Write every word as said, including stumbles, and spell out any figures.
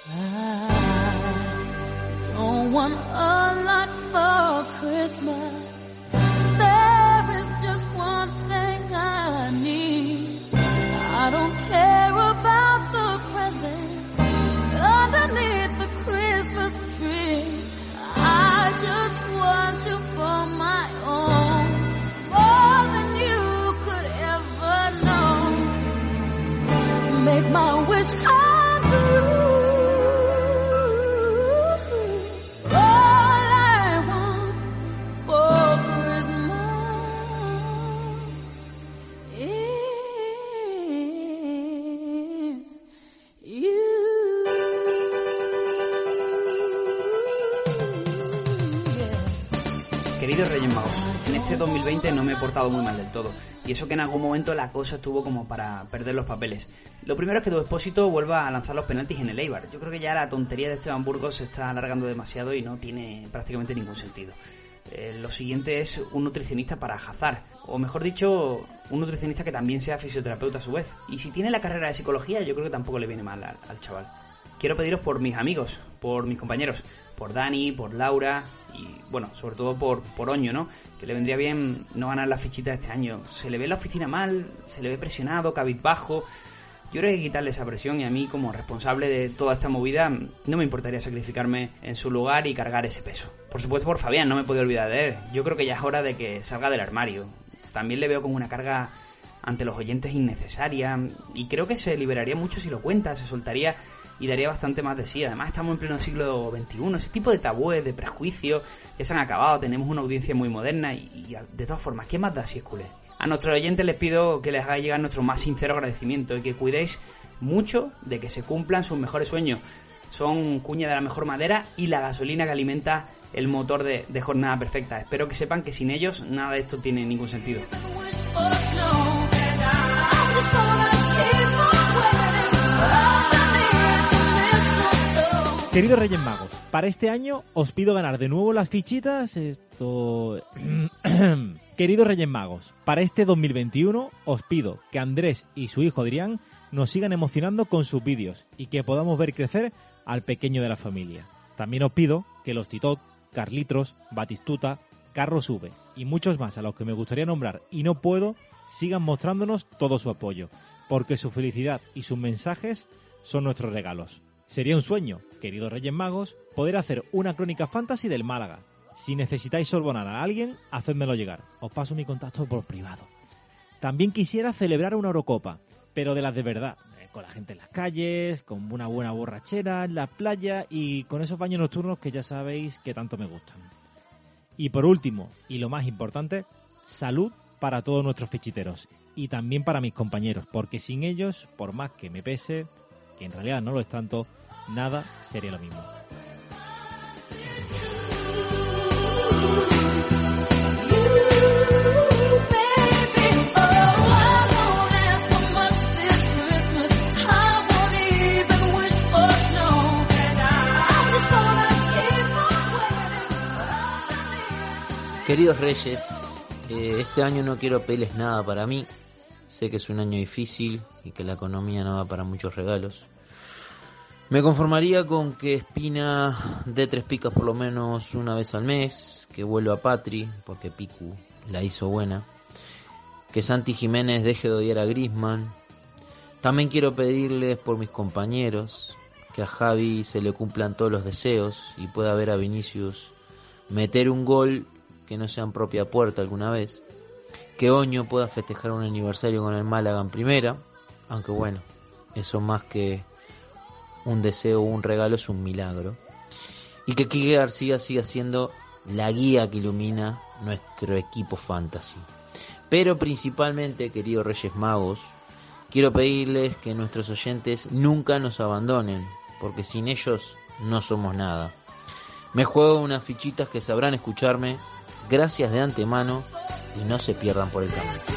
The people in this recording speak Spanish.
I don't want a lot for Christmas. There is just one thing I need. I don't care about the presents underneath the Christmas tree. I just want you for my own, more than you could ever know. Make my wish come true. Queridos Reyes Magos, en este dos mil veinte no me he portado muy mal del todo, y eso que en algún momento la cosa estuvo como para perder los papeles. Lo primero es que Edu Expósito vuelva a lanzar los penaltis en el Eibar. Yo creo que ya la tontería de Esteban Burgos se está alargando demasiado y no tiene prácticamente ningún sentido. Eh, lo siguiente es un nutricionista para Hazard, o mejor dicho, un nutricionista que también sea fisioterapeuta a su vez. Y si tiene la carrera de psicología, yo creo que tampoco le viene mal al, al chaval. Quiero pediros por mis amigos, por mis compañeros, por Dani, por Laura y, bueno, sobre todo por, por Oño, ¿no? Que le vendría bien no ganar la fichita este año. Se le ve en la oficina mal, se le ve presionado, cabizbajo. Yo creo que hay que quitarle esa presión y a mí, como responsable de toda esta movida, no me importaría sacrificarme en su lugar y cargar ese peso. Por supuesto por Fabián, no me puedo olvidar de él. Yo creo que ya es hora de que salga del armario. También le veo como una carga ante los oyentes innecesaria y creo que se liberaría mucho si lo cuenta, se soltaría y daría bastante más de sí. Además estamos en pleno siglo veintiuno, ese tipo de tabúes, de prejuicios ya se han acabado, tenemos una audiencia muy moderna y, y de todas formas, ¿qué más da si es culé? A nuestros oyentes les pido que les haga llegar nuestro más sincero agradecimiento y que cuidéis mucho de que se cumplan sus mejores sueños. Son cuña de la mejor madera y la gasolina que alimenta el motor de, de Jornada Perfecta. Espero que sepan que sin ellos nada de esto tiene ningún sentido. Queridos Reyes Magos, para este año os pido ganar de nuevo las fichitas. Esto... Queridos Reyes Magos, para este dos mil veintiuno os pido que Andrés y su hijo Adrián nos sigan emocionando con sus vídeos y que podamos ver crecer al pequeño de la familia. También os pido que los Titot, Carlitos, Batistuta, Carlos V y muchos más a los que me gustaría nombrar y no puedo, sigan mostrándonos todo su apoyo, porque su felicidad y sus mensajes son nuestros regalos. Sería un sueño, queridos Reyes Magos, poder hacer una crónica fantasy del Málaga. Si necesitáis sorbonar a alguien, hacedmelo llegar. Os paso mi contacto por privado. También quisiera celebrar una Eurocopa, pero de las de verdad, eh, con la gente en las calles, con una buena borrachera en la playa y con esos baños nocturnos que ya sabéis que tanto me gustan. Y por último, y lo más importante, salud para todos nuestros fichiteros y también para mis compañeros, porque sin ellos, por más que me pese, que en realidad no lo es tanto, nada sería lo mismo. Queridos Reyes, eh, este año no quiero pedirles nada para mí. Sé que es un año difícil y que la economía no va para muchos regalos. Me conformaría con que Espina dé tres picas por lo menos una vez al mes, que vuelva a Patri, porque Picu la hizo buena, que Santi Jiménez deje de odiar a Griezmann. También quiero pedirles por mis compañeros, que a Javi se le cumplan todos los deseos y pueda ver a Vinicius meter un gol que no sea en propia puerta alguna vez, que Oño pueda festejar un aniversario con el Málaga en primera, aunque bueno, eso más que un deseo o un regalo es un milagro, y que Quique García siga siendo la guía que ilumina nuestro equipo fantasy. Pero principalmente, queridos Reyes Magos, quiero pedirles que nuestros oyentes nunca nos abandonen, porque sin ellos no somos nada. Me juego unas fichitas que sabrán escucharme. Gracias de antemano y no se pierdan por el camino.